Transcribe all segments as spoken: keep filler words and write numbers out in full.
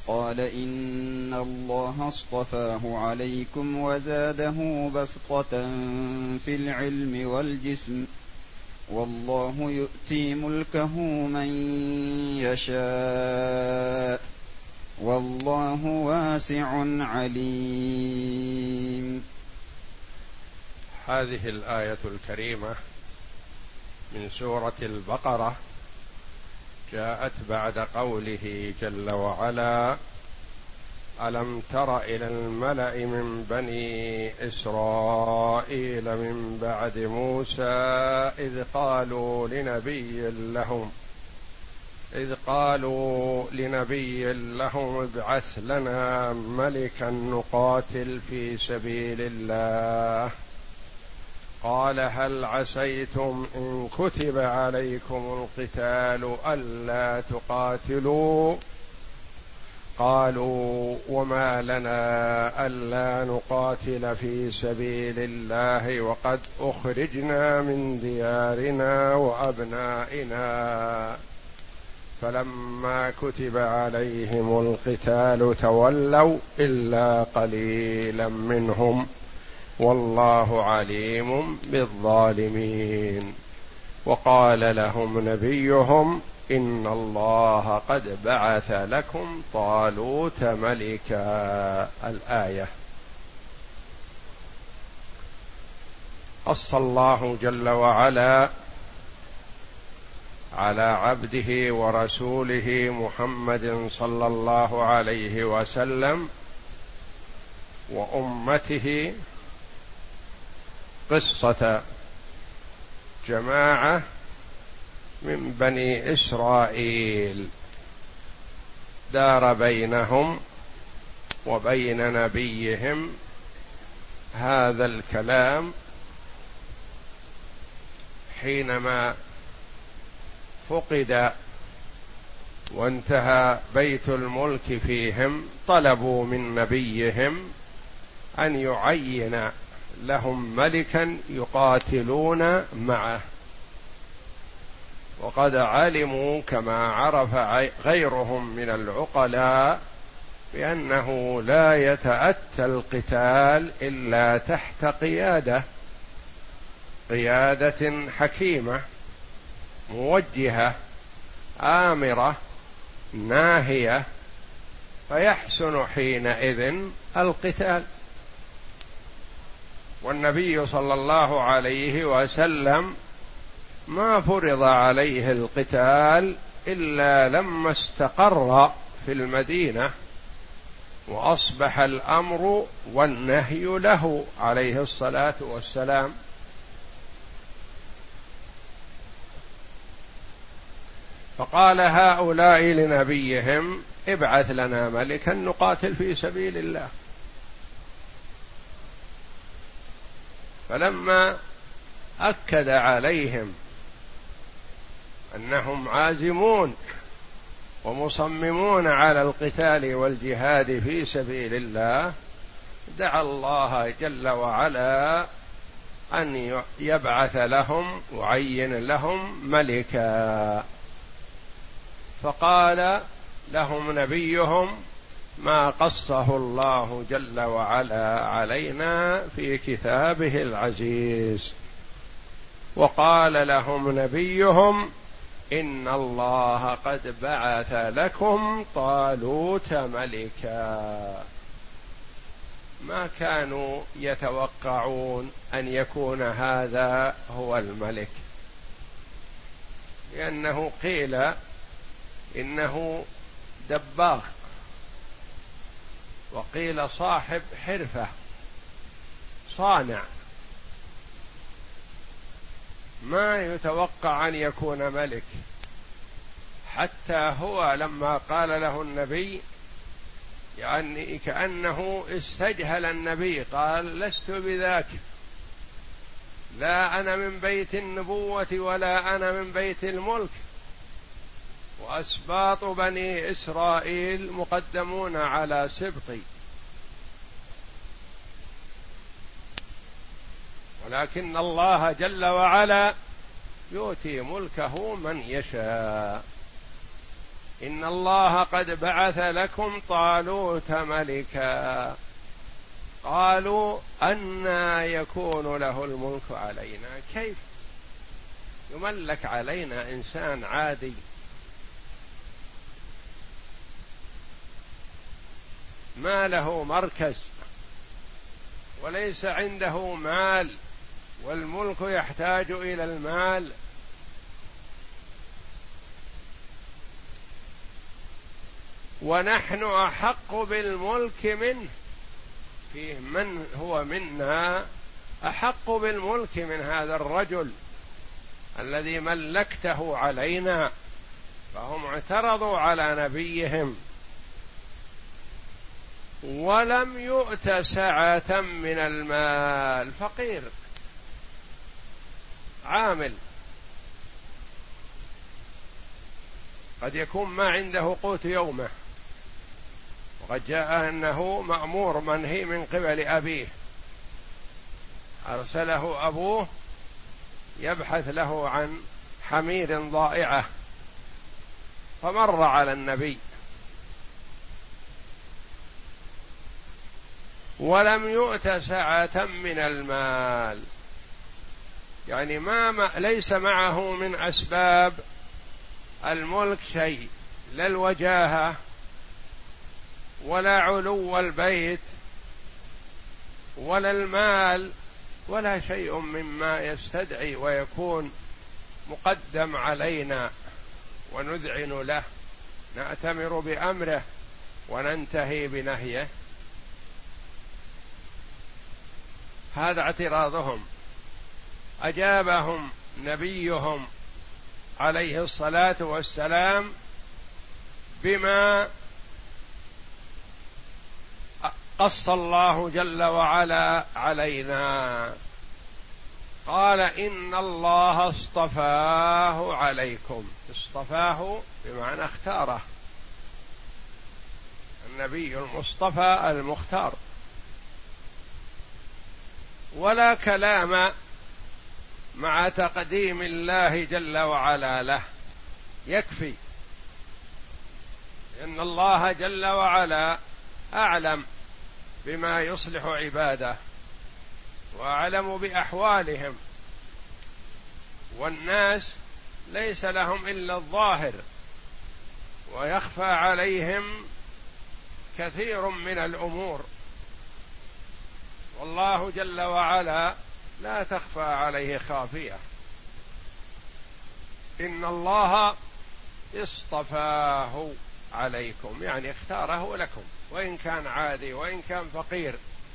قال إن الله اصطفاه عليكم وزاده بسطة في العلم والجسم والله يؤتي ملكه من يشاء والله واسع عليم. هذه الآية الكريمة من سورة البقرة جاءت بعد قوله جل وعلا: ألم تر إلى الملأ من بني إسرائيل من بعد موسى إذ قالوا لنبي لهم إذ قالوا لنبي لهم ابعث لنا ملكا نقاتل في سبيل الله قال هل عسيتم إن كتب عليكم القتال ألا تقاتلوا قالوا وما لنا ألا نقاتل في سبيل الله وقد أخرجنا من ديارنا وأبنائنا فلما كتب عليهم القتال تولوا إلا قليلا منهم والله عليم بالظالمين. وقال لهم نبيهم إن الله قد بعث لكم طالوت ملكا. الآية. قص الله جل وعلا على عبده ورسوله محمد صلى الله عليه وسلم وأمته قصة جماعة من بني إسرائيل دار بينهم وبين نبيهم هذا الكلام حينما فقد وانتهى بيت الملك فيهم، طلبوا من نبيهم أن يعين لهم ملكا يقاتلون معه، وقد علموا كما عرف غيرهم من العقلاء بأنه لا يتأتى القتال إلا تحت قيادة قيادة حكيمة موجهة آمرة ناهية، فيحسن حينئذ القتال. والنبي صلى الله عليه وسلم ما فرض عليه القتال إلا لما استقر في المدينة وأصبح الأمر والنهي له عليه الصلاة والسلام. فقال هؤلاء لنبيهم ابعث لنا ملكا نقاتل في سبيل الله. فلما أكد عليهم أنهم عازمون ومصممون على القتال والجهاد في سبيل الله، دعا الله جل وعلا أن يبعث لهم ويعين لهم ملكا. فقال لهم نبيهم ما قصه الله جل وعلا علينا في كتابه العزيز. وقال لهم نبيهم إن الله قد بعث لكم طالوت ملكا. ما كانوا يتوقعون أن يكون هذا هو الملك، لأنه قيل إنه دباغ، وقيل صاحب حرفة صانع، ما يتوقع أن يكون ملك. حتى هو لما قال له النبي يعني كأنه استجهل النبي، قال لست بذاك، لا أنا من بيت النبوة ولا أنا من بيت الملك، وأسباط بني إسرائيل مقدمون على سبطي، ولكن الله جل وعلا يؤتي ملكه من يشاء. إن الله قد بعث لكم طالوت ملكا. قالوا أنى يكون له الملك علينا؟ كيف يملك علينا إنسان عادي؟ ما له مركز وليس عنده مال، والملك يحتاج إلى المال. ونحن أحق بالملك منه، فيه من هو منا أحق بالملك من هذا الرجل الذي ملكته علينا. فهم اعترضوا على نبيهم. ولم يؤت سعة من المال، فقير عامل قد يكون ما عنده قوت يومه، وقد جاء أنه مأمور منهي من قبل أبيه، أرسله أبوه يبحث له عن حمير ضائعة، فمر على النبي ولم يؤت سعة من المال، يعني ما, ما ليس معه من أسباب الملك شيء، لا الوجاهة ولا علو البيت ولا المال ولا شيء مما يستدعي ويكون مقدم علينا ونذعن له، نأتمر بأمره وننتهي بنهيه. هذا اعتراضهم. أجابهم نبيهم عليه الصلاة والسلام بما قص الله جل وعلا علينا. قال إن الله اصطفاه عليكم. اصطفاه بمعنى اختاره، النبي المصطفى المختار. ولا كلام مع تقديم الله جل وعلا له، يكفي إن الله جل وعلا أعلم بما يصلح عباده وأعلم بأحوالهم، والناس ليس لهم إلا الظاهر، ويخفى عليهم كثير من الأمور، والله جل وعلا لا تخفى عليه خافية. إن الله اصطفاه عليكم، يعني اختاره لكم، وإن كان عادي وإن كان فقير،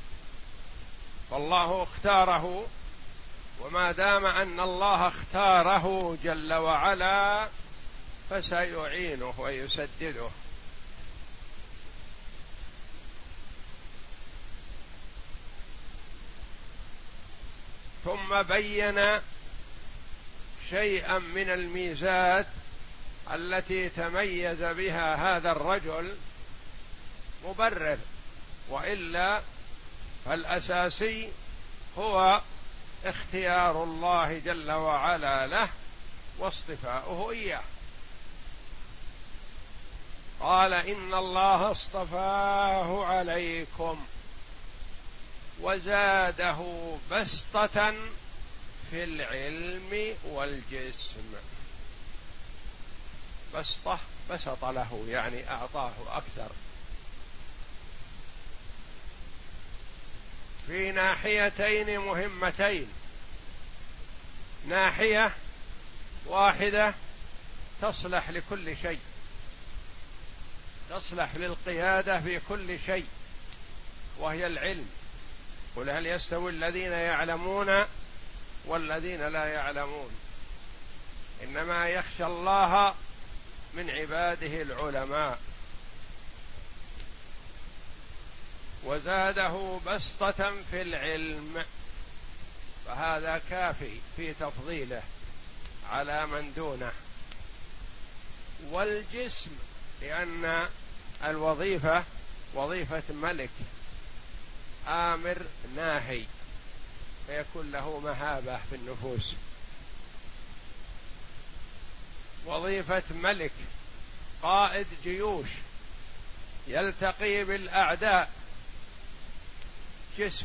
فالله اختاره. وما دام أن الله اختاره جل وعلا فسيعينه ويسدده. ثم بين شيئا من الميزات التي تميز بها هذا الرجل، مبرر، وإلا فالأساسي هو اختيار الله جل وعلا له واصطفاؤه إياه. قال إن الله اصطفاه عليكم وزاده بسطة في العلم والجسم. بسطة بسط له، يعني أعطاه أكثر في ناحيتين مهمتين. ناحية واحدة تصلح لكل شيء، تصلح للقيادة في كل شيء، وهي العلم. قل هل يستوي الذين يعلمون والذين لا يعلمون، إنما يخشى الله من عباده العلماء. وزاده بسطة في العلم، فهذا كافي في تفضيله على من دونه. والجسم، لأن الوظيفة وظيفة ملك آمر ناهي، فيكون له مهابة في النفوس. وظيفة ملك قائد جيوش يلتقي بالأعداء جسم،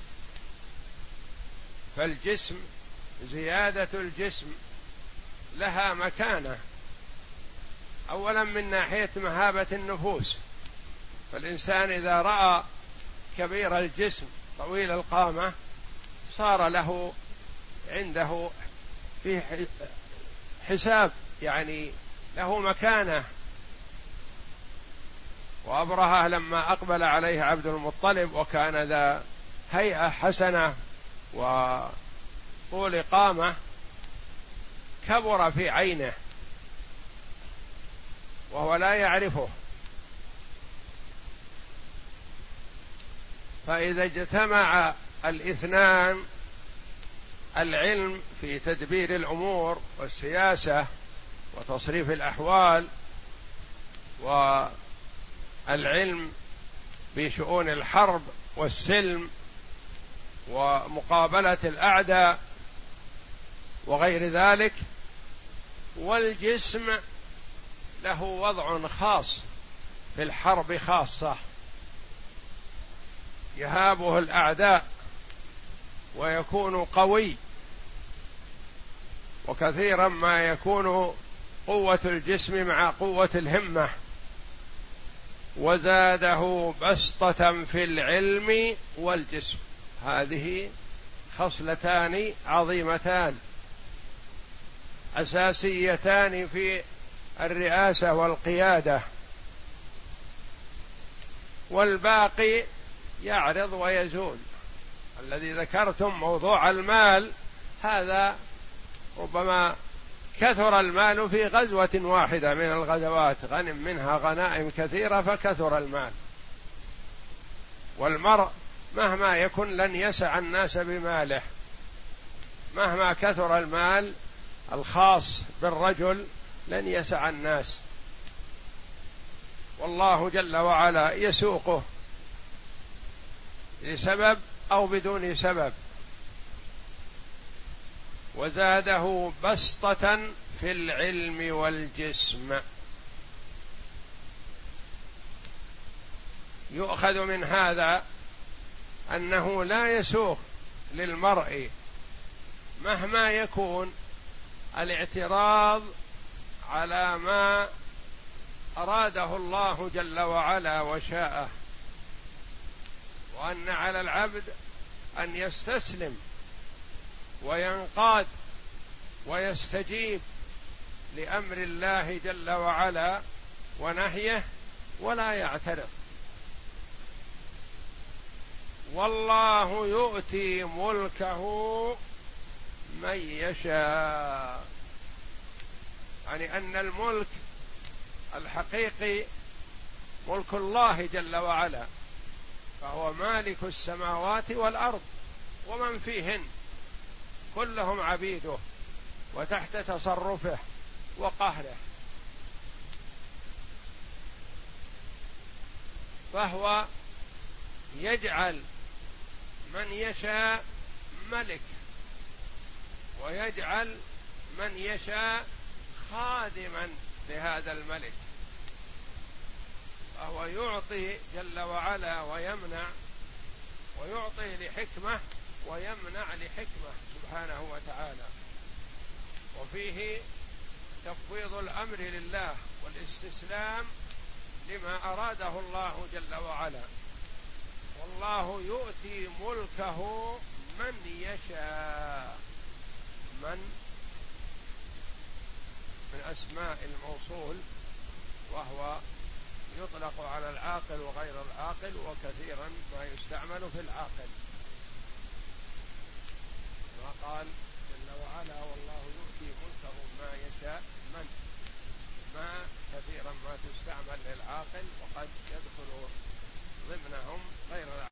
فالجسم زيادة الجسم لها مكانة، أولا من ناحية مهابة النفوس، فالإنسان إذا رأى كبير الجسم طويل القامة صار له عنده في حساب، يعني له مكانة. وأبرهة لما أقبل عليه عبد المطلب وكان ذا هيئة حسنة وطول قامة كبر في عينه وهو لا يعرفه، فإذا اجتمع الاثنان، العلم في تدبير الأمور والسياسة وتصريف الأحوال، والعلم بشؤون الحرب والسلم ومقابلة الأعداء وغير ذلك، والجسم له وضع خاص في الحرب خاصة يهابه الأعداء ويكون قوي، وكثيرا ما يكون قوة الجسم مع قوة الهمة. وزاده بسطة في العلم والجسم، هذه خصلتان عظيمتان أساسيتان في الرئاسة والقيادة، والباقي يعرض ويزول. الذي ذكرتم موضوع المال، هذا ربما كثر المال في غزوة واحدة من الغزوات، غنم منها غنائم كثيرة فكثر المال، والمرء مهما يكن لن يسع الناس بماله، مهما كثر المال الخاص بالرجل لن يسع الناس، والله جل وعلا يسوقه لسبب أو بدون سبب. وزاده بسطة في العلم والجسم. يؤخذ من هذا أنه لا يسوغ للمرء مهما يكون الاعتراض على ما أراده الله جل وعلا وشاءه، وأن على العبد أن يستسلم وينقاد ويستجيب لأمر الله جل وعلا ونهيه ولا يعترض. والله يؤتي ملكه من يشاء، يعني أن الملك الحقيقي ملك الله جل وعلا، فهو مالك السماوات والأرض ومن فيهن، كلهم عبيده وتحت تصرفه وقهره، فهو يجعل من يشاء ملك ويجعل من يشاء خادما لهذا الملك، فهو يعطي جل وعلا ويمنع، ويعطي لحكمة ويمنع لحكمة سبحانه وتعالى. وفيه تفويض الأمر لله والاستسلام لما أراده الله جل وعلا. والله يؤتي ملكه من يشاء، من من أسماء الموصول، وهو يطلق على العاقل وغير العاقل، وكثيرا ما يستعمل في العاقل، ما قال جل وعلا والله يؤتي ملكه ما يشاء، من ما كثيرا ما تستعمل للعاقل، وقد يدخل ضمنهم غير العاقل.